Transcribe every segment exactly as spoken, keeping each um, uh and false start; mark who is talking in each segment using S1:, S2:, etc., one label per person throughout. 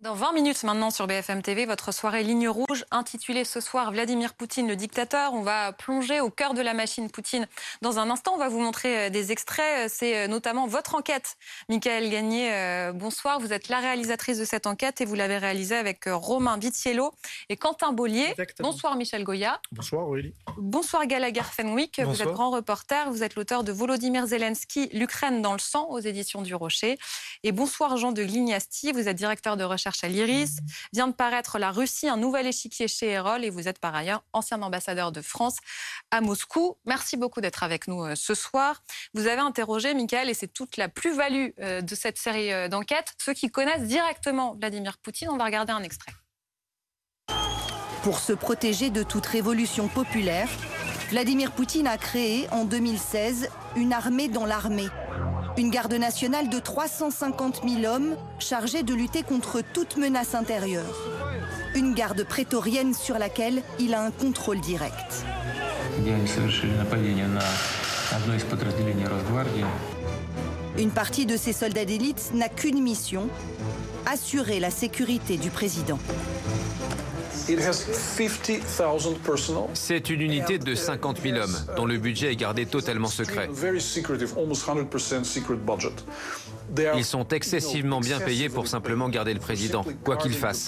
S1: Dans vingt minutes maintenant sur B F M T V, votre soirée Ligne Rouge, intitulée ce soir Vladimir Poutine, le dictateur. On va plonger au cœur de la machine Poutine. Dans un instant, on va vous montrer des extraits. C'est notamment votre enquête. Michaëlle Gagné, bonsoir. Vous êtes la réalisatrice de cette enquête et vous l'avez réalisée avec Romain Vitiello et Quentin Bollier.
S2: Exactement.
S1: Bonsoir Michel Goya.
S2: Bonsoir Aurélie.
S1: Bonsoir Gallagher Fenwick. Bonsoir. Vous êtes grand reporter. Vous êtes l'auteur de Volodymyr Zelensky, l'Ukraine dans le sang aux éditions du Rocher. Et bonsoir Jean de Glignasti. Vous êtes directeur de recherche à l'Iris. Vient de paraître La Russie, un nouvel échiquier chez Erol et vous êtes par ailleurs ancien ambassadeur de France à Moscou. Merci beaucoup d'être avec nous ce soir. Vous avez interrogé, Michaëlle, et c'est toute la plus-value de cette série d'enquêtes, ceux qui connaissent directement Vladimir Poutine. On va regarder un extrait.
S3: Pour se protéger de toute révolution populaire, Vladimir Poutine a créé en deux mille seize une armée dans l'armée. Une garde nationale de trois cent cinquante mille hommes chargée de lutter contre toute menace intérieure. Une garde prétorienne sur laquelle il a un contrôle direct. Une partie de ces soldats d'élite n'a qu'une mission, assurer la sécurité du président.
S4: C'est une unité de cinquante mille hommes, dont le budget est gardé totalement secret. Ils sont excessivement bien payés pour simplement garder le président, quoi qu'il fasse.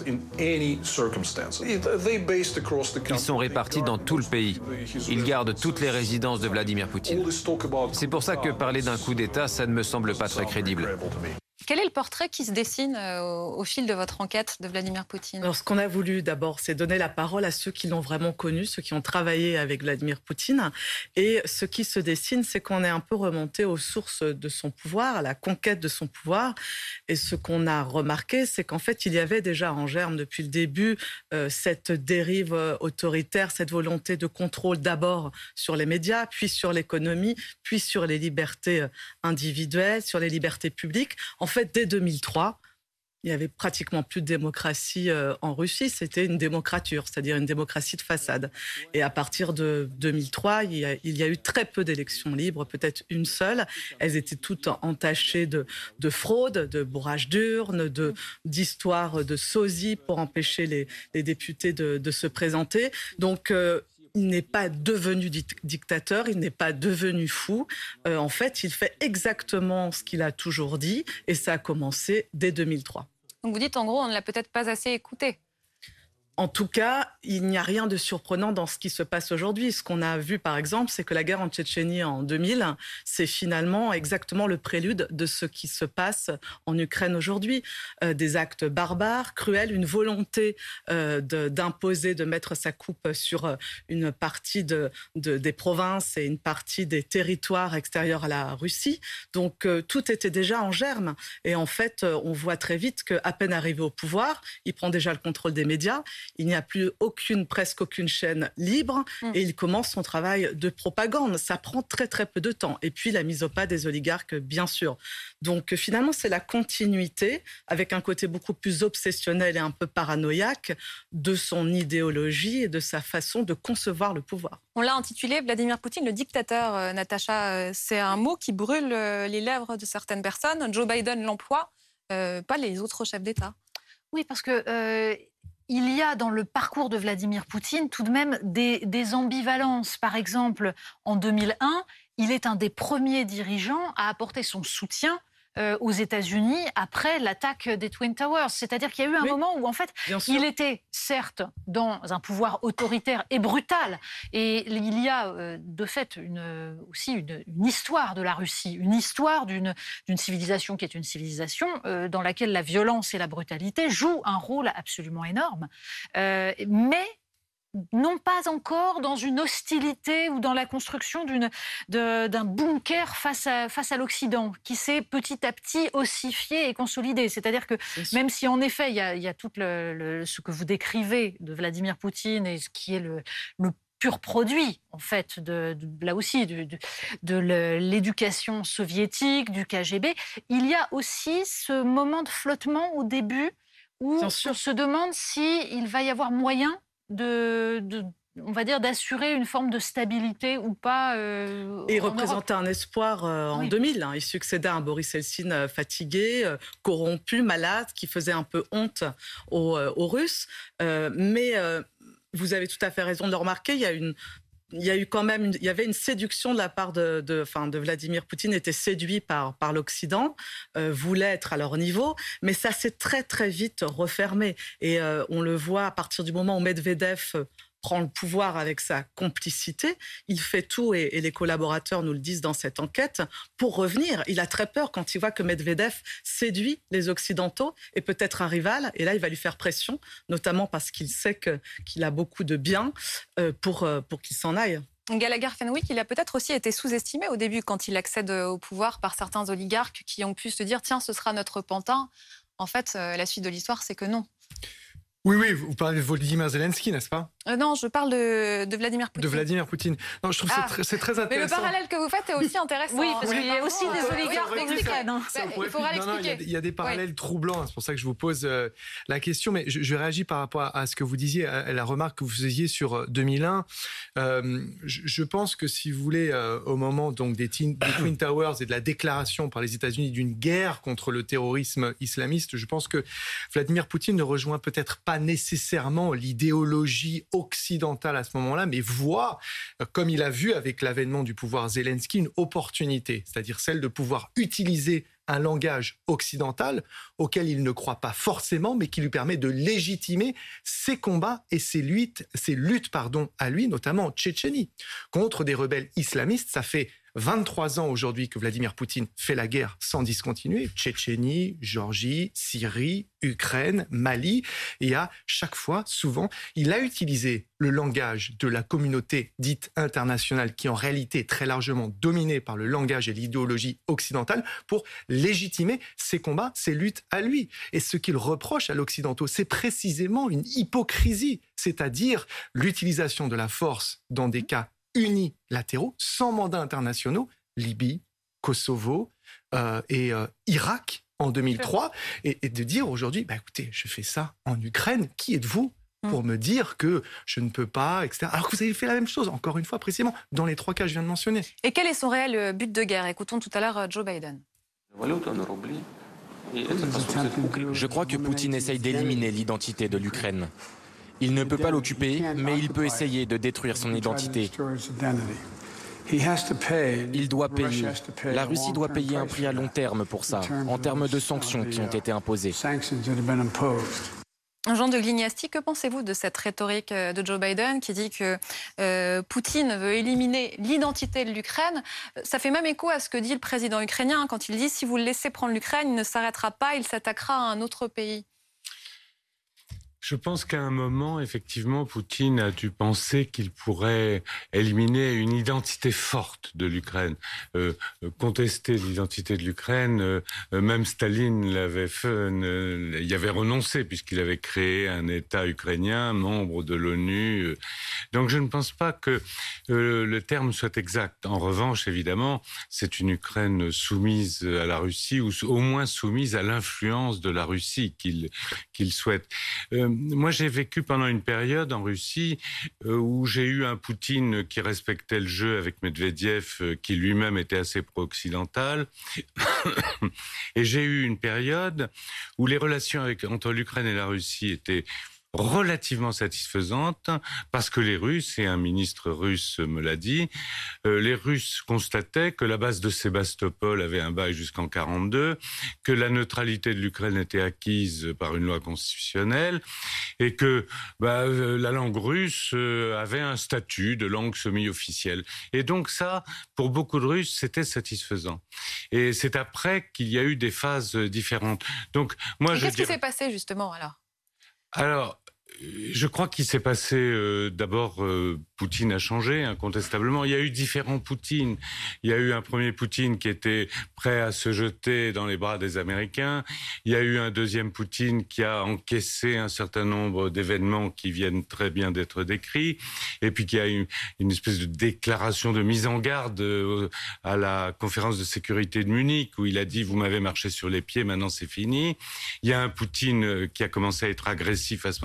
S4: Ils sont répartis dans tout le pays. Ils gardent toutes les résidences de Vladimir Poutine. C'est pour ça que parler d'un coup d'État, ça ne me semble pas très crédible.
S1: Quel est le portrait qui se dessine euh, au, au fil de votre enquête de Vladimir Poutine ?
S2: Alors, ce qu'on a voulu d'abord, c'est donner la parole à ceux qui l'ont vraiment connu, ceux qui ont travaillé avec Vladimir Poutine. Et ce qui se dessine, c'est qu'on est un peu remonté aux sources de son pouvoir, à la conquête de son pouvoir. Et ce qu'on a remarqué, c'est qu'en fait, il y avait déjà en germe depuis le début euh, cette dérive autoritaire, cette volonté de contrôle d'abord sur les médias, puis sur l'économie, puis sur les libertés individuelles, sur les libertés publiques. En fait, dès deux mille trois, il n'y avait pratiquement plus de démocratie euh, en Russie. C'était une démocrature, c'est-à-dire une démocratie de façade. Et à partir de deux mille trois, il y a, il y a eu très peu d'élections libres, peut-être une seule. Elles étaient toutes entachées de, de fraude, de bourrage d'urnes, de, d'histoires de sosie pour empêcher les, les députés de, de se présenter. Donc, euh, il n'est pas devenu dictateur, il n'est pas devenu fou. Euh, en fait, il fait exactement ce qu'il a toujours dit et ça a commencé dès deux mille trois.
S1: Donc vous dites, en gros, on ne l'a peut-être pas assez écouté.
S2: En tout cas, il n'y a rien de surprenant dans ce qui se passe aujourd'hui. Ce qu'on a vu, par exemple, c'est que la guerre en Tchétchénie en deux mille, c'est finalement exactement le prélude de ce qui se passe en Ukraine aujourd'hui. Euh, des actes barbares, cruels, une volonté euh, de, d'imposer, de mettre sa coupe sur une partie de, de, des provinces et une partie des territoires extérieurs à la Russie. Donc, euh, tout était déjà en germe. Et en fait, on voit très vite qu'à peine arrivé au pouvoir, il prend déjà le contrôle des médias. Il n'y a plus aucune, presque aucune chaîne libre mmh. et il commence son travail de propagande. Ça prend très très peu de temps. Et puis la mise au pas des oligarques, bien sûr. Donc finalement, c'est la continuité, avec un côté beaucoup plus obsessionnel et un peu paranoïaque, de son idéologie et de sa façon de concevoir le pouvoir.
S1: On l'a intitulé Vladimir Poutine, le dictateur, euh, Natacha. C'est un mot qui brûle euh, les lèvres de certaines personnes. Joe Biden l'emploie, euh, pas les autres chefs d'État.
S5: Oui, parce que... Euh... Il y a dans le parcours de Vladimir Poutine tout de même des, des ambivalences. Par exemple, en deux mille un, il est un des premiers dirigeants à apporter son soutien euh, aux États-Unis après l'attaque des Twin Towers. C'est-à-dire qu'il y a eu un oui, moment où, en fait, il était certes dans un pouvoir autoritaire et brutal. Et il y a, euh, de fait, une, aussi une, une histoire de la Russie, une histoire d'une, d'une civilisation qui est une civilisation euh, dans laquelle la violence et la brutalité jouent un rôle absolument énorme. Euh, mais non pas encore dans une hostilité ou dans la construction d'une, de, d'un bunker face à, face à l'Occident, qui s'est petit à petit ossifié et consolidé. C'est-à-dire que même si en effet il y a, il y a tout le, le, ce que vous décrivez de Vladimir Poutine et ce qui est le, le pur produit, en fait, de, de, là aussi, de, de, de l'éducation soviétique, du K G B, il y a aussi ce moment de flottement au début où on se demande s'il va y avoir moyen de, de, on va dire, d'assurer une forme de stabilité ou pas euh,
S2: Et il représentait un espoir euh, en oui. deux mille. Hein. Il succédait à un Boris Eltsine euh, fatigué, euh, corrompu, malade, qui faisait un peu honte aux, euh, aux Russes. Euh, mais euh, vous avez tout à fait raison de le remarquer, il y a une... Il y a eu quand même, une, il y avait une séduction de la part de, de, enfin, de Vladimir Poutine, était séduit par, par l'Occident, euh, voulait être à leur niveau, mais ça s'est très très vite refermé. Et euh, on le voit à partir du moment où Medvedev prend le pouvoir avec sa complicité, il fait tout, et, et les collaborateurs nous le disent dans cette enquête, pour revenir. Il a très peur quand il voit que Medvedev séduit les Occidentaux et peut-être un rival, et là il va lui faire pression, notamment parce qu'il sait que, qu'il a beaucoup de biens euh, pour, euh, pour qu'il s'en aille.
S1: Gallagher Fenwick, il a peut-être aussi été sous-estimé au début quand il accède au pouvoir par certains oligarques qui ont pu se dire « tiens, ce sera notre pantin ». En fait, euh, la suite de l'histoire, c'est que non.
S6: Oui, oui, vous parlez de Volodymyr Zelensky, n'est-ce pas ?
S1: euh, Non, je parle de, de Vladimir Poutine.
S6: De Vladimir Poutine. Non, je trouve
S1: ah.
S6: que c'est, c'est très intéressant.
S1: Mais le parallèle que vous faites est aussi intéressant.
S5: Oui, parce
S1: oui,
S5: qu'il y a aussi des oligarques en Ukraine.
S1: Hein. Bah, il faudra l'expliquer.
S6: Il y a des parallèles oui. troublants, c'est pour ça que je vous pose euh, la question, mais je, je réagis par rapport à, à ce que vous disiez, à la remarque que vous faisiez sur deux mille un. Euh, je, je pense que si vous voulez, euh, au moment donc, des, teen, des Twin Towers et de la déclaration par les États-Unis d'une guerre contre le terrorisme islamiste, je pense que Vladimir Poutine ne rejoint peut-être pas nécessairement l'idéologie occidentale à ce moment-là, mais voit, comme il a vu avec l'avènement du pouvoir Zelensky, une opportunité, c'est-à-dire celle de pouvoir utiliser un langage occidental auquel il ne croit pas forcément, mais qui lui permet de légitimer ses combats et ses luttes, ses luttes pardon, à lui, notamment en Tchétchénie, contre des rebelles islamistes. Ça fait vingt-trois ans aujourd'hui que Vladimir Poutine fait la guerre sans discontinuer. Tchétchénie, Géorgie, Syrie, Ukraine, Mali. Et à chaque fois, souvent, il a utilisé le langage de la communauté dite internationale, qui en réalité est très largement dominée par le langage et l'idéologie occidentale, pour légitimer ses combats, ses luttes à lui. Et ce qu'il reproche à l'Occidentaux, c'est précisément une hypocrisie, c'est-à-dire l'utilisation de la force dans des cas unilatéraux, sans mandats internationaux, Libye, Kosovo euh, et euh, Irak en deux mille trois, et, et de dire aujourd'hui, bah, écoutez, je fais ça en Ukraine, qui êtes-vous pour me dire que je ne peux pas, et cetera. Alors que vous avez fait la même chose, encore une fois précisément, dans les trois cas que je viens de mentionner.
S1: Et quel est son réel but de guerre ? Écoutons tout à l'heure Joe Biden.
S7: Je crois que Poutine essaye d'éliminer l'identité de l'Ukraine. Il ne peut pas l'occuper, mais il peut essayer de détruire son identité. Il doit payer. La Russie doit payer un prix à long terme pour ça, en termes de sanctions qui ont été imposées.
S1: Jean de Glignasti, que pensez-vous de cette rhétorique de Joe Biden qui dit que euh, Poutine veut éliminer l'identité de l'Ukraine ? Ça fait même écho à ce que dit le président ukrainien quand il dit « si vous le laissez prendre l'Ukraine, il ne s'arrêtera pas, il s'attaquera à un autre pays ».
S8: Je pense qu'à un moment, effectivement, Poutine a dû penser qu'il pourrait éliminer une identité forte de l'Ukraine. Euh, contester l'identité de l'Ukraine, euh, même Staline l'avait fait, euh, y avait renoncé puisqu'il avait créé un État ukrainien, membre de l'ONU. Donc je ne pense pas que euh, le terme soit exact. En revanche, évidemment, c'est une Ukraine soumise à la Russie, ou au moins soumise à l'influence de la Russie qu'il, qu'il souhaite. Euh, Moi, j'ai vécu pendant une période en Russie euh, où j'ai eu un Poutine qui respectait le jeu avec Medvedev, euh, qui lui-même était assez pro-occidental. Et j'ai eu une période où les relations avec, entre l'Ukraine et la Russie étaient relativement satisfaisante, parce que les Russes, et un ministre russe me l'a dit, euh, les Russes constataient que la base de Sébastopol avait un bail jusqu'en quarante-deux, que la neutralité de l'Ukraine était acquise par une loi constitutionnelle, et que bah, euh, la langue russe euh, avait un statut de langue semi-officielle. Et donc ça, pour beaucoup de Russes, c'était satisfaisant. Et c'est après qu'il y a eu des phases différentes. Donc, moi,
S1: et
S8: je
S1: qu'est-ce
S8: dirais...
S1: qui s'est passé, justement, alors ?
S8: Alors, je crois qu'il s'est passé, euh, d'abord, euh, Poutine a changé, incontestablement. Il y a eu différents Poutines. Il y a eu un premier Poutine qui était prêt à se jeter dans les bras des Américains. Il y a eu un deuxième Poutine qui a encaissé un certain nombre d'événements qui viennent très bien d'être décrits. Et puis qui a eu une espèce de déclaration de mise en garde euh, à la conférence de sécurité de Munich, où il a dit « vous m'avez marché sur les pieds, maintenant c'est fini ». Il y a un Poutine qui a commencé à être agressif à ce moment-là.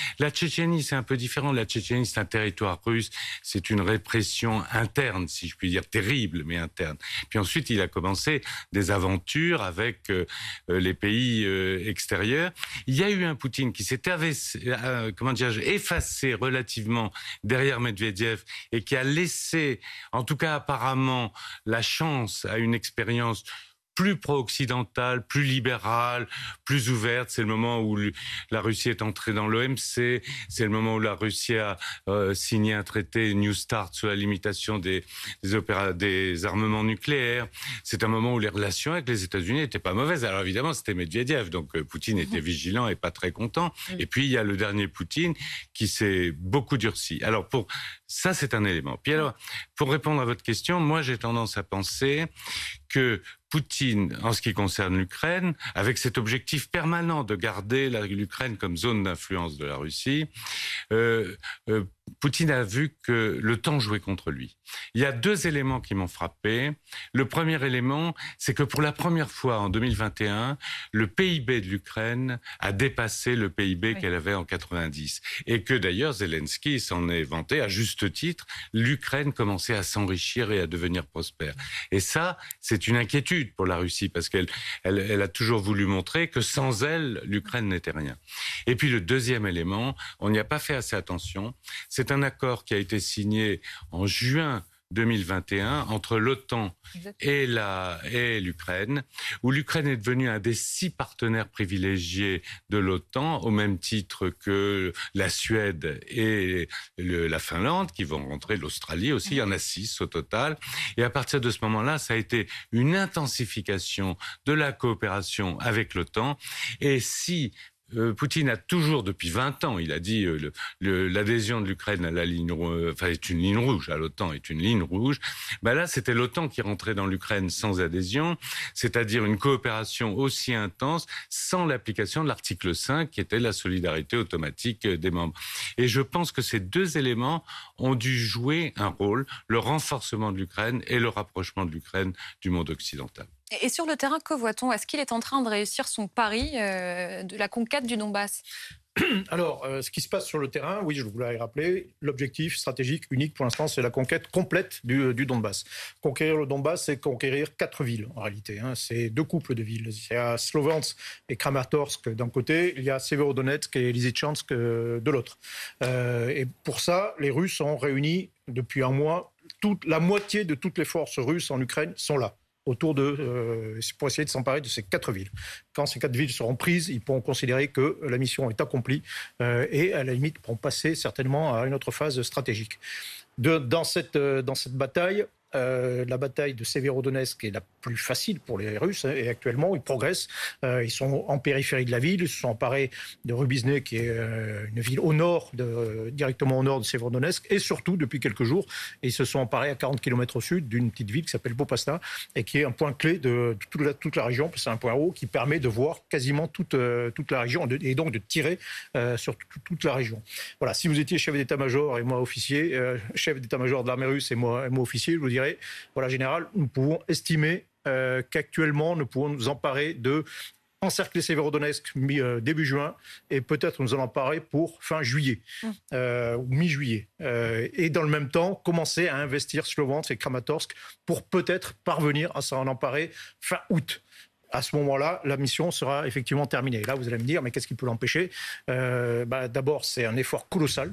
S8: La Tchétchénie, c'est un peu différent. La Tchétchénie, c'est un territoire russe. C'est une répression interne, si je puis dire, terrible, mais interne. Puis ensuite, il a commencé des aventures avec euh, les pays euh, extérieurs. Il y a eu un Poutine qui s'est euh, comment dire, effacé relativement derrière Medvedev et qui a laissé, en tout cas apparemment, la chance à une expérience plus pro-occidentale, plus libérale, plus ouverte. C'est le moment où la Russie est entrée dans l'O M C, c'est le moment où la Russie a euh, signé un traité New Start sur la limitation des, des, opéra- des armements nucléaires. C'est un moment où les relations avec les États-Unis n'étaient pas mauvaises. Alors évidemment, c'était Medvedev, donc euh, Poutine était vigilant et pas très content. Et puis il y a le dernier Poutine qui s'est beaucoup durci. Alors pour ça, c'est un élément. Puis alors, pour répondre à votre question, moi j'ai tendance à penser que Poutine, en ce qui concerne l'Ukraine, avec cet objectif permanent de garder la, l'Ukraine comme zone d'influence de la Russie, euh, euh, Poutine a vu que le temps jouait contre lui. Il y a deux éléments qui m'ont frappé. Le premier élément, c'est que pour la première fois en deux mille vingt et un, le P I B de l'Ukraine a dépassé le P I B oui. qu'elle avait en quatre-vingt-dix. Et que d'ailleurs, Zelensky s'en est vanté à juste titre, l'Ukraine commençait à s'enrichir et à devenir prospère. Et ça, c'est une inquiétude pour la Russie, parce qu'elle elle, elle a toujours voulu montrer que sans elle, l'Ukraine n'était rien. Et puis le deuxième élément, on n'y a pas fait assez attention, c'est un accord qui a été signé en juin deux mille vingt et un entre l'OTAN et, la, et l'Ukraine, où l'Ukraine est devenue un des six partenaires privilégiés de l'OTAN, au même titre que la Suède et le, la Finlande, qui vont rentrer, l'Australie aussi, il y en a six au total. Et à partir de ce moment-là, ça a été une intensification de la coopération avec l'OTAN. Et si Euh, Poutine a toujours, depuis vingt ans, il a dit euh, le, le, l'adhésion de l'Ukraine à la ligne, euh, enfin, est une ligne rouge, à l'OTAN est une ligne rouge. Ben là, c'était l'OTAN qui rentrait dans l'Ukraine sans adhésion, c'est-à-dire une coopération aussi intense sans l'application de l'article cinq, qui était la solidarité automatique des membres. Et je pense que ces deux éléments ont dû jouer un rôle, le renforcement de l'Ukraine et le rapprochement de l'Ukraine du monde occidental.
S1: Et sur le terrain, que voit-on ? Est-ce qu'il est en train de réussir son pari euh, de la conquête du Donbass ?
S9: Alors, euh, ce qui se passe sur le terrain, oui, je voulais rappeler, l'objectif stratégique unique pour l'instant, c'est la conquête complète du, du Donbass. Conquérir le Donbass, c'est conquérir quatre villes, en réalité. Hein. C'est deux couples de villes. Il y a Sloviansk et Kramatorsk d'un côté, il y a Severodonetsk et Lysychansk de l'autre. Euh, et pour ça, les Russes ont réuni depuis un mois, toute, la moitié de toutes les forces russes en Ukraine sont là, autour de, euh, pour essayer de s'emparer de ces quatre villes. Quand ces quatre villes seront prises, ils pourront considérer que la mission est accomplie euh, et à la limite pourront passer certainement à une autre phase stratégique. De, dans, cette, dans cette bataille, euh, la bataille de Severodonetsk est la plus facile pour les Russes hein, et actuellement ils progressent. Euh, ils sont en périphérie de la ville, ils se sont emparés de Rubizne qui est euh, une ville au nord, de, euh, directement au nord de Severodonetsk et surtout depuis quelques jours ils se sont emparés à quarante kilomètres au sud d'une petite ville qui s'appelle Popasna et qui est un point clé de, de toute, la, toute la région. C'est un point haut qui permet de voir quasiment toute, euh, toute la région de, et donc de tirer euh, sur toute, toute la région. Voilà, si vous étiez chef d'état-major et moi officier, euh, chef d'état-major de l'armée russe et moi, et moi officier, je vous dirais voilà, général, nous pouvons estimer euh, qu'actuellement, nous pouvons nous emparer de encercler Severodonetsk mi, euh, début juin et peut-être nous en emparer pour fin juillet mmh. euh, ou mi-juillet. Euh, et dans le même temps, commencer à investir Sloviansk et Kramatorsk pour peut-être parvenir à s'en emparer fin août. À ce moment-là, la mission sera effectivement terminée. Là, vous allez me dire, mais qu'est-ce qui peut l'empêcher ? euh, bah, D'abord, c'est un effort colossal.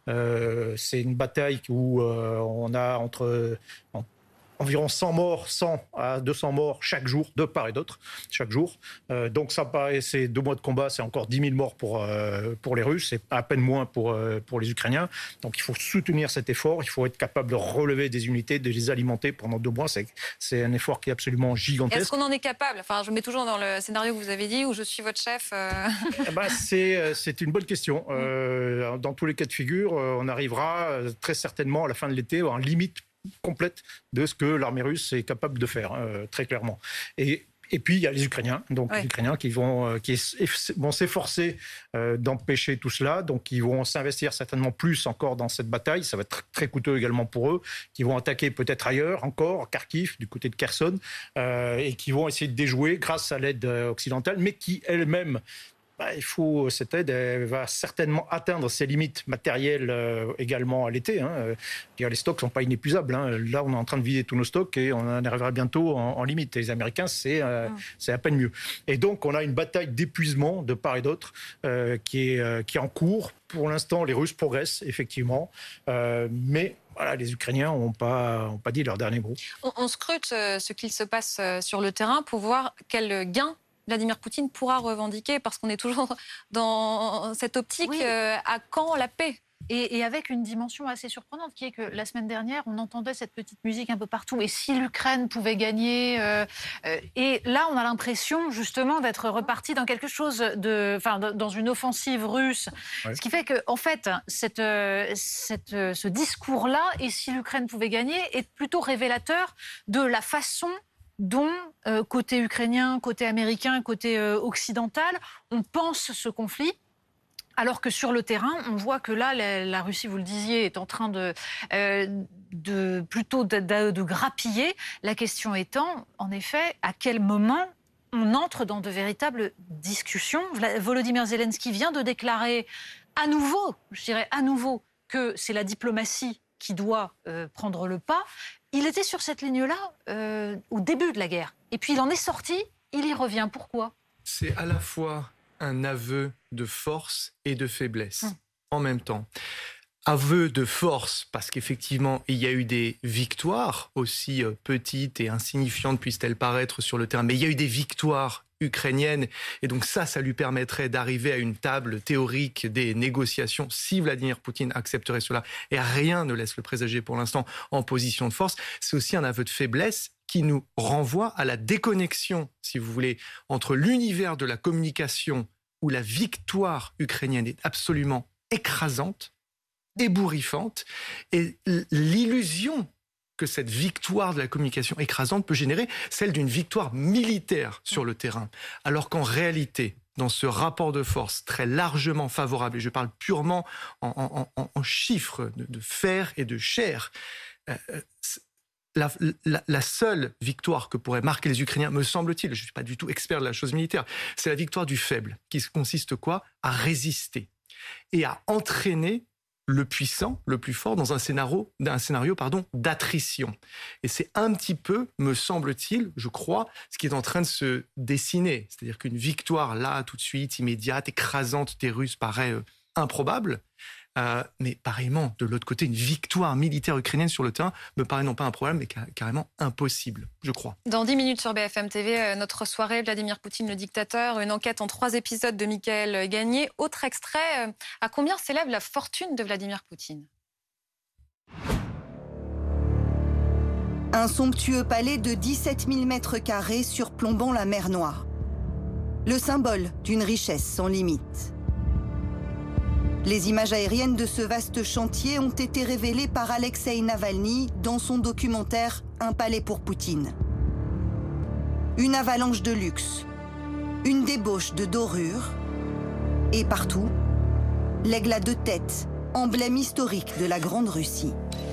S9: Euh, c'est une bataille où euh, on a entre... En, environ cent morts, cent à deux cents morts chaque jour, de part et d'autre, chaque jour. Euh, donc ça paraît, c'est deux mois de combat, c'est encore dix mille morts pour, euh, pour les Russes, c'est à peine moins pour, euh, pour les Ukrainiens. Donc il faut soutenir cet effort, il faut être capable de relever des unités, de les alimenter pendant deux mois. C'est, c'est un effort qui est absolument gigantesque.
S1: Est-ce qu'on en est capable ? Enfin, je mets toujours dans le scénario que vous avez dit, où je suis votre chef. Euh...
S9: eh ben, c'est, c'est une bonne question. Euh, dans tous les cas de figure, on arrivera très certainement à la fin de l'été en limite complète de ce que l'armée russe est capable de faire, euh, très clairement. Et, et puis, il y a les Ukrainiens, donc ouais. les Ukrainiens qui vont, euh, qui vont s'efforcer euh, d'empêcher tout cela, donc ils vont s'investir certainement plus encore dans cette bataille, ça va être très coûteux également pour eux, qui vont attaquer peut-être ailleurs encore, Kharkiv, du côté de Kherson, euh, et qui vont essayer de déjouer grâce à l'aide occidentale, mais qui elle-même Bah, il faut, cette aide elle va certainement atteindre ses limites matérielles euh, également à l'été. Hein. Les stocks ne sont pas inépuisables. Hein. Là, on est en train de vider tous nos stocks et on en arrivera bientôt en, en limite. Et les Américains, c'est euh, mmh. c'est à peine mieux. Et donc, on a une bataille d'épuisement de part et d'autre euh, qui, est, euh, qui est en cours. Pour l'instant, les Russes progressent, effectivement. Euh, mais voilà, les Ukrainiens n'ont pas, ont pas dit leur dernier mot.
S1: On, on scrute euh, ce qu'il se passe euh, sur le terrain pour voir quel gain Vladimir Poutine pourra revendiquer, parce qu'on est toujours dans cette optique, oui. euh, à quand la paix ?
S5: Et, et avec une dimension assez surprenante, qui est que la semaine dernière, on entendait cette petite musique un peu partout. Et si l'Ukraine pouvait gagner euh, euh, Et là, on a l'impression, justement, d'être reparti dans quelque chose de... Enfin, dans une offensive russe. Ouais. Ce qui fait que, en fait, cette, cette, ce discours-là, et si l'Ukraine pouvait gagner, est plutôt révélateur de la façon dont, euh, côté ukrainien, côté américain, côté euh, occidental, on pense ce conflit. Alors que sur le terrain, on voit que là, la, la Russie, vous le disiez, est en train de, euh, de plutôt de, de, de grappiller. La question étant, en effet, à quel moment on entre dans de véritables discussions. Volodymyr Zelensky vient de déclarer à nouveau, je dirais à nouveau, que c'est la diplomatie qui doit euh, prendre le pas. Il était sur cette ligne-là euh, au début de la guerre. Et puis il en est sorti, il y revient. Pourquoi ?
S6: C'est à la fois un aveu de force et de faiblesse mmh. en même temps. Aveu de force, parce qu'effectivement, il y a eu des victoires, aussi euh, petites et insignifiantes puissent-elles paraître sur le terrain, mais il y a eu des victoires ukrainienne. Et donc ça, ça lui permettrait d'arriver à une table théorique des négociations si Vladimir Poutine accepterait cela. Et rien ne laisse le présager pour l'instant en position de force. C'est aussi un aveu de faiblesse qui nous renvoie à la déconnexion, si vous voulez, entre l'univers de la communication où la victoire ukrainienne est absolument écrasante, ébouriffante, et l'illusion que cette victoire de la communication écrasante peut générer, celle d'une victoire militaire sur le terrain. Alors qu'en réalité, dans ce rapport de force très largement favorable, et je parle purement en, en, en, en chiffres de, de fer et de chair, euh, la, la, la seule victoire que pourraient marquer les Ukrainiens, me semble-t-il, je ne suis pas du tout expert de la chose militaire, c'est la victoire du faible, qui consiste quoi ? À résister et à entraîner le puissant, le plus fort, dans un scénario, un scénario pardon, d'attrition. Et c'est un petit peu, me semble-t-il, je crois, ce qui est en train de se dessiner. C'est-à-dire qu'une victoire, là, tout de suite, immédiate, écrasante des Russes paraît euh, improbable. Euh, mais pareillement, de l'autre côté, une victoire militaire ukrainienne sur le terrain me paraît non pas improbable, mais car- carrément impossible, je crois.
S1: Dans dix minutes sur B F M T V, euh, notre soirée, Vladimir Poutine, le dictateur, une enquête en trois épisodes de Michael Gagné. Autre extrait, euh, à combien s'élève la fortune de Vladimir Poutine ?
S3: Un somptueux palais de dix-sept mille mètres carrés surplombant la mer Noire. Le symbole d'une richesse sans limite. Les images aériennes de ce vaste chantier ont été révélées par Alexeï Navalny dans son documentaire « Un palais pour Poutine ». Une avalanche de luxe, une débauche de dorures, et partout, l'aigle à deux têtes, emblème historique de la Grande Russie.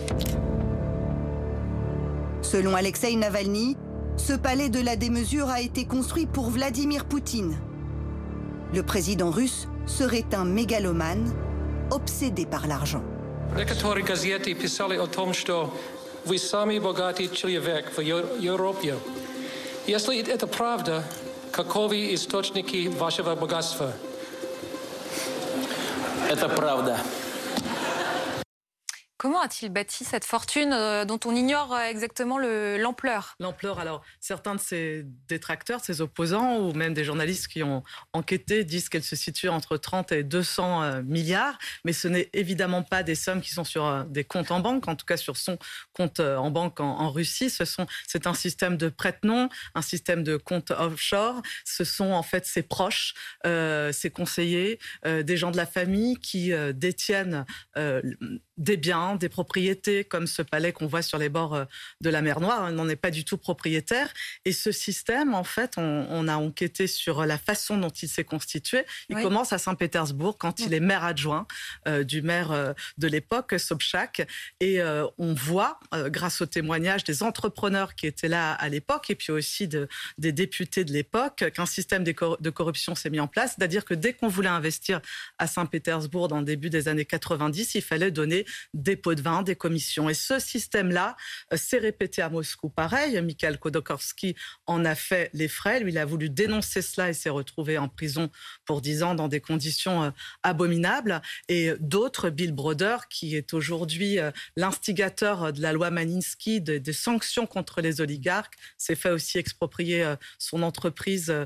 S3: Selon Alexeï Navalny, ce palais de la démesure a été construit pour Vladimir Poutine. Le président russe serait un mégalomane obsédé par l'argent.
S10: Некоторые газеты писали о том, что вы самый богатый человек в Европе. Если это правда, каковы источники вашего богатства?
S11: Это правда.
S1: Comment a-t-il bâti cette fortune euh, dont on ignore exactement le, l'ampleur ?
S2: L'ampleur, alors, certains de ses détracteurs, ses opposants, ou même des journalistes qui ont enquêté, disent qu'elle se situe entre trente et deux cents euh, milliards, mais ce n'est évidemment pas des sommes qui sont sur euh, des comptes en banque, en tout cas sur son compte euh, en banque en, en Russie. Ce sont, c'est un système de prête-nom, un système de compte offshore. Ce sont en fait ses proches, euh, ses conseillers, euh, des gens de la famille qui euh, détiennent euh, des biens, des propriétés, comme ce palais qu'on voit sur les bords de la mer Noire. Il n'en est pas du tout propriétaire. Et ce système, en fait, on, on a enquêté sur la façon dont il s'est constitué. Il oui. commence à Saint-Pétersbourg quand oui. il est maire adjoint euh, du maire euh, de l'époque, Sobchak. Et euh, on voit, euh, grâce aux témoignages des entrepreneurs qui étaient là à l'époque et puis aussi de, des députés de l'époque, qu'un système de, cor- de corruption s'est mis en place. C'est-à-dire que dès qu'on voulait investir à Saint-Pétersbourg dans le début des années quatre-vingt-dix, il fallait donner des pots de vin, des commissions. Et ce système-là euh, s'est répété à Moscou. Pareil, Mikhail Khodorkovsky en a fait les frais. Lui, il a voulu dénoncer cela et s'est retrouvé en prison pour dix ans dans des conditions euh, abominables. Et d'autres, Bill Browder, qui est aujourd'hui euh, l'instigateur de la loi Magnitsky, des de sanctions contre les oligarques, s'est fait aussi exproprier euh, son entreprise euh,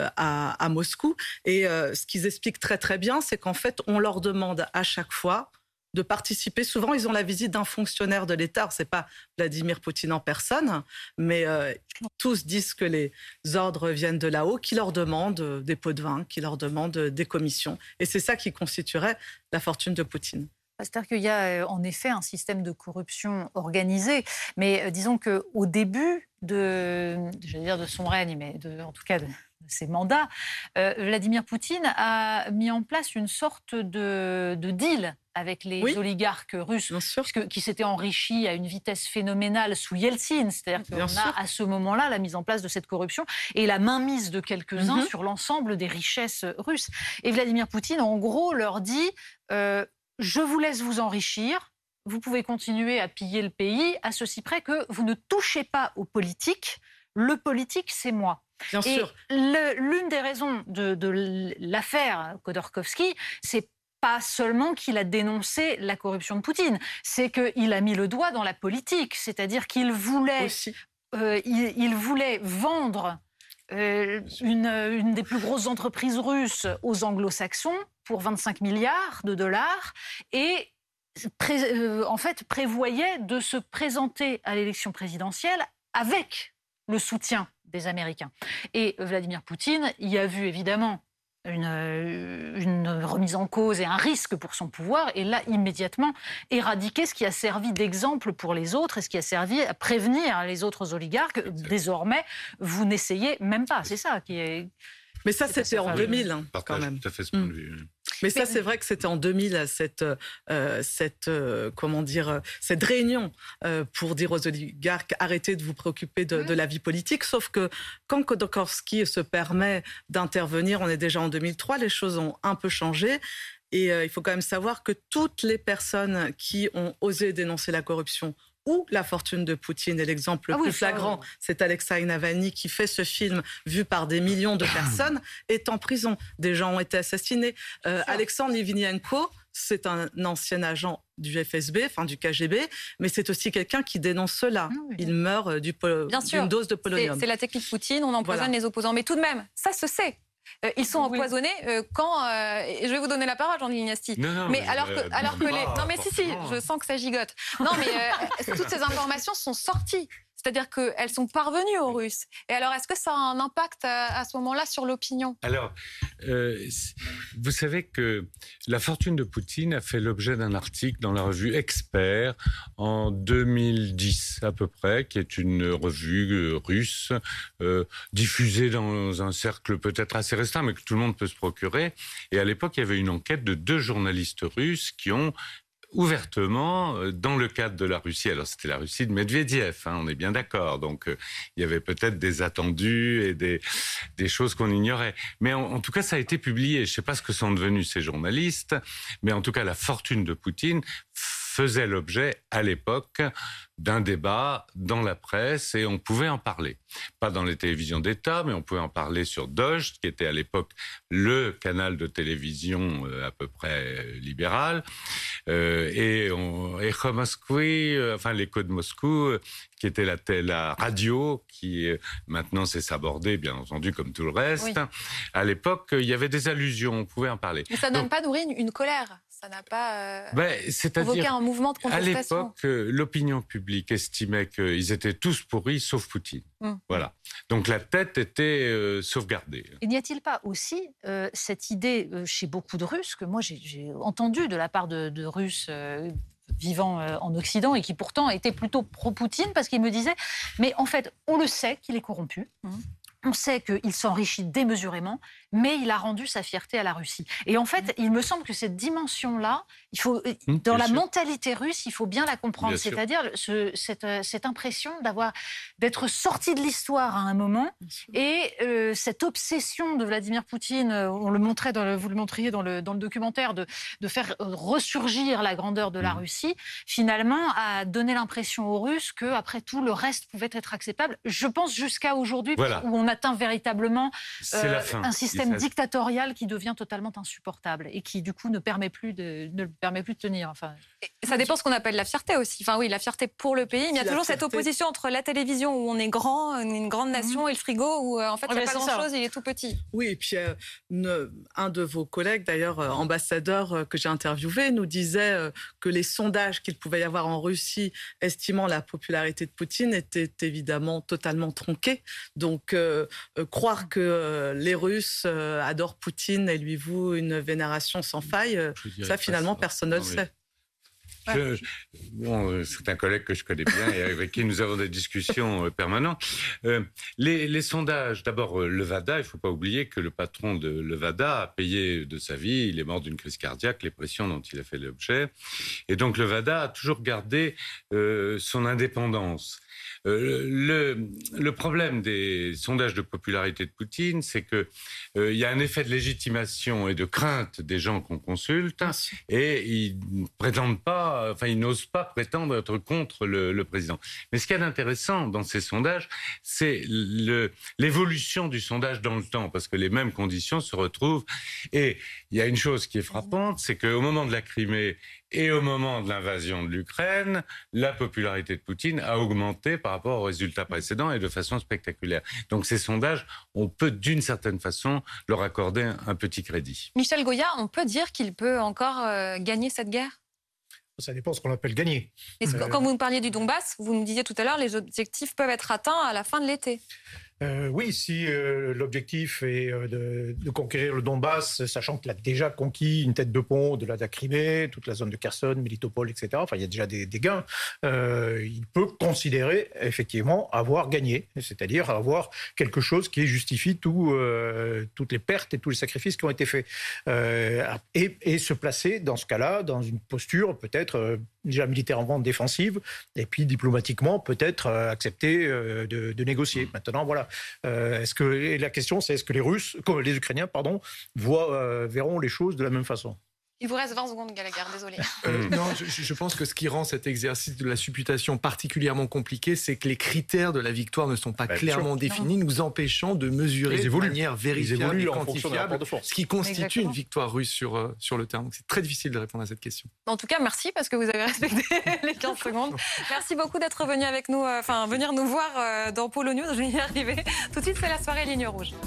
S2: à, à Moscou. Et euh, ce qu'ils expliquent très très bien, c'est qu'en fait, on leur demande à chaque fois de participer. Souvent, ils ont la visite d'un fonctionnaire de l'État. Ce n'est pas Vladimir Poutine en personne, mais euh, tous disent que les ordres viennent de là-haut, qui leur demandent des pots de vin, qui leur demandent des commissions. Et c'est ça qui constituerait la fortune de Poutine.
S5: C'est-à-dire qu'il y a en effet un système de corruption organisé, mais disons qu'au début de, j'allais dire de son règne, mais de, en tout cas de, de ses mandats, euh, Vladimir Poutine a mis en place une sorte de, de deal avec les oui, oligarques russes, puisque, qui s'étaient enrichis à une vitesse phénoménale sous Yeltsin. C'est-à-dire qu'on a sûr. à ce moment-là la mise en place de cette corruption et la mainmise de quelques-uns mm-hmm. sur l'ensemble des richesses russes. Et Vladimir Poutine, en gros, leur dit euh, « Je vous laisse vous enrichir, vous pouvez continuer à piller le pays, à ceci près que vous ne touchez pas aux politiques. Le politique, c'est moi. »
S2: Bien
S5: et
S2: sûr.
S5: Le, l'une des raisons de, de l'affaire Khodorkovsky, c'est pas seulement qu'il a dénoncé la corruption de Poutine, c'est qu'il a mis le doigt dans la politique, c'est-à-dire qu'il voulait, euh, il, il voulait vendre euh, une, une des plus grosses entreprises russes aux anglo-saxons pour vingt-cinq milliards de dollars et pré, euh, en fait prévoyait de se présenter à l'élection présidentielle avec le soutien des Américains. Et Vladimir Poutine y a vu évidemment Une, une remise en cause et un risque pour son pouvoir, et là, immédiatement, éradiquer ce qui a servi d'exemple pour les autres et ce qui a servi à prévenir les autres oligarques. Désormais, vous n'essayez même pas. C'est ça qui est...
S2: Mais ça, c'était en deux mille, hein, quand même.
S8: Tout à fait ce point de vue.
S2: Mmh. Mais ça, c'est vrai que c'était en deux mille, cette, euh, cette, euh, comment dire, cette réunion euh, pour dire aux oligarques « arrêtez de vous préoccuper de, de la vie politique ». Sauf que quand Khodorkovsky se permet d'intervenir, on est déjà en deux mille trois, les choses ont un peu changé. Et euh, il faut quand même savoir que toutes les personnes qui ont osé dénoncer la corruption ou la fortune de Poutine, et l'exemple le ah oui, plus flagrant, ça... c'est Alexeï Navalny qui fait ce film vu par des millions de personnes, est en prison. Des gens ont été assassinés. Euh, Alexandre Litvinenko, c'est un ancien agent du F S B, enfin du K G B, mais c'est aussi quelqu'un qui dénonce cela. Ah oui. Il meurt du pol... d'une dose de polonium.
S1: C'est, c'est la technique Poutine, on empoisonne voilà. les opposants. Mais tout de même, ça se sait. Euh, ils sont oui. empoisonnés euh, quand... Euh, je vais vous donner la parole, Jean Lignasti.
S8: Non, non,
S1: mais,
S8: mais
S1: alors que, alors que les... Non, mais si, si, je sens que ça gigote. Non, mais euh, toutes ces informations sont sorties. C'est-à-dire qu'elles sont parvenues aux Russes. Et alors, est-ce que ça a un impact à, à ce moment-là sur l'opinion ?
S8: Alors, euh, vous savez que la fortune de Poutine a fait l'objet d'un article dans la revue Expert en deux mille dix à peu près, qui est une revue euh, russe euh, diffusée dans un cercle peut-être assez restreint, mais que tout le monde peut se procurer. Et à l'époque, il y avait une enquête de deux journalistes russes qui ont ouvertement, dans le cadre de la Russie, alors c'était la Russie de Medvedev, hein, on est bien d'accord, donc euh, il y avait peut-être des attendus et des, des choses qu'on ignorait. Mais en, en tout cas, ça a été publié. Je ne sais pas ce que sont devenus ces journalistes, mais en tout cas, la fortune de Poutine faisait l'objet, à l'époque, d'un débat dans la presse et on pouvait en parler. Pas dans les télévisions d'État, mais on pouvait en parler sur Dojt, qui était à l'époque le canal de télévision euh, à peu près libéral, euh, et on, Echo Moscou, euh, enfin l'écho de Moscou, euh, qui était la, la radio, qui euh, maintenant s'est sabordée, bien entendu, comme tout le reste. Oui. À l'époque, il y avait des allusions, on pouvait en parler.
S1: Mais ça n'a pas nourri une, une colère. Ça n'a pas euh,
S8: ben,
S1: provoqué un mouvement de contestation.
S8: À l'époque, euh, l'opinion publique estimait qu'ils étaient tous pourris, sauf Poutine. Hum. Voilà. Donc la tête était euh, sauvegardée.
S5: Et n'y a-t-il pas aussi euh, cette idée euh, chez beaucoup de Russes, que moi j'ai, j'ai entendu de la part de, de Russes euh, vivant euh, en Occident et qui pourtant était plutôt pro-Poutine, parce qu'il me disait, mais en fait, on le sait qu'il est corrompu. Mmh. On sait qu'il s'enrichit démesurément, mais il a rendu sa fierté à la Russie. Et en fait, il me semble que cette dimension-là, il faut, mmh, dans la sûr. mentalité russe, il faut bien la comprendre. Bien C'est-à-dire ce, cette, cette impression d'avoir, d'être sorti de l'histoire à un moment, et euh, cette obsession de Vladimir Poutine, on le montrait dans le, vous le montriez dans le, dans le documentaire, de, de faire ressurgir la grandeur de la mmh. Russie, finalement, a donné l'impression aux Russes qu'après tout, le reste pouvait être acceptable. Je pense jusqu'à aujourd'hui, voilà. où on atteint véritablement euh, un système dictatorial qui devient totalement insupportable et qui, du coup, ne permet plus de, ne permet plus de tenir. Enfin,
S1: ça dépend ce qu'on appelle la fierté aussi. Enfin, oui, la fierté pour le pays, mais il y a toujours
S2: fierté...
S1: cette opposition entre la télévision où on est grand, une grande nation, mmh. et le frigo où, euh, en fait, il n'y a pas grand-chose, il est tout petit.
S2: Oui, et puis euh, une, un de vos collègues, d'ailleurs, euh, ambassadeur euh, que j'ai interviewé, nous disait euh, que les sondages qu'il pouvait y avoir en Russie estimant la popularité de Poutine étaient évidemment totalement tronqués. Donc, euh, euh, croire que euh, les Russes euh, adorent Poutine et lui vouent une vénération sans faille, euh, ça, finalement, ça. personne ne le sait.
S8: Je, bon, c'est un collègue que je connais bien et avec qui nous avons des discussions euh, permanentes. Euh, les, les sondages, d'abord, euh, Levada, il ne faut pas oublier que le patron de Levada a payé de sa vie, il est mort d'une crise cardiaque, les pressions dont il a fait l'objet. Et donc Levada a toujours gardé euh, son indépendance. Euh, le, le problème des sondages de popularité de Poutine, c'est qu'il euh, y a un effet de légitimation et de crainte des gens qu'on consulte, et ils ne prétendent pas, enfin ils n'osent pas prétendre être contre le, le président. Mais ce qu'il y a d'intéressant dans ces sondages, c'est le, l'évolution du sondage dans le temps, parce que les mêmes conditions se retrouvent. Et il y a une chose qui est frappante, c'est qu'au moment de la Crimée et au moment de l'invasion de l'Ukraine, la popularité de Poutine a augmenté par rapport aux résultats précédents et de façon spectaculaire. Donc ces sondages, on peut d'une certaine façon leur accorder un, un petit crédit.
S1: Michel Goya, on peut dire qu'il peut encore euh, gagner cette guerre ?
S9: Ça dépend ce qu'on appelle gagner.
S1: Et euh... Quand vous nous parliez du Donbass, vous nous disiez tout à l'heure, les objectifs peuvent être atteints à la fin de l'été.
S9: Euh, oui, si euh, l'objectif est euh, de, de conquérir le Donbass, sachant qu'il a déjà conquis une tête de pont de la, de la Crimée, toute la zone de Kherson, Mélitopol, et cetera. Enfin, il y a déjà des, des gains. Euh, il peut considérer effectivement avoir gagné, c'est-à-dire avoir quelque chose qui justifie tout, euh, toutes les pertes et tous les sacrifices qui ont été faits. Euh, et, et se placer dans ce cas-là dans une posture peut-être euh, déjà militairement défensive, et puis diplomatiquement peut-être euh, accepter euh, de, de négocier. Maintenant, voilà. Euh, est-ce que, et la question, c'est est-ce que les Russes, les Ukrainiens, pardon, voient, euh, verront les choses de la même façon ?
S1: Il vous reste vingt secondes, Gallagher, désolé.
S6: Euh, non, je, je pense que ce qui rend cet exercice de la supputation particulièrement compliqué, c'est que les critères de la victoire ne sont pas bah, clairement définis, non. nous empêchant de mesurer de manière vérifiable et quantifiable ce qui constitue Exactement. une victoire russe sur, euh, sur le terrain. Donc c'est très difficile de répondre à cette question.
S1: En tout cas, merci parce que vous avez respecté les quinze secondes. Merci beaucoup d'être venu avec nous, enfin euh, venir nous voir euh, dans Polo News. Je vais y arriver. Tout de suite, c'est la soirée Ligne Rouge.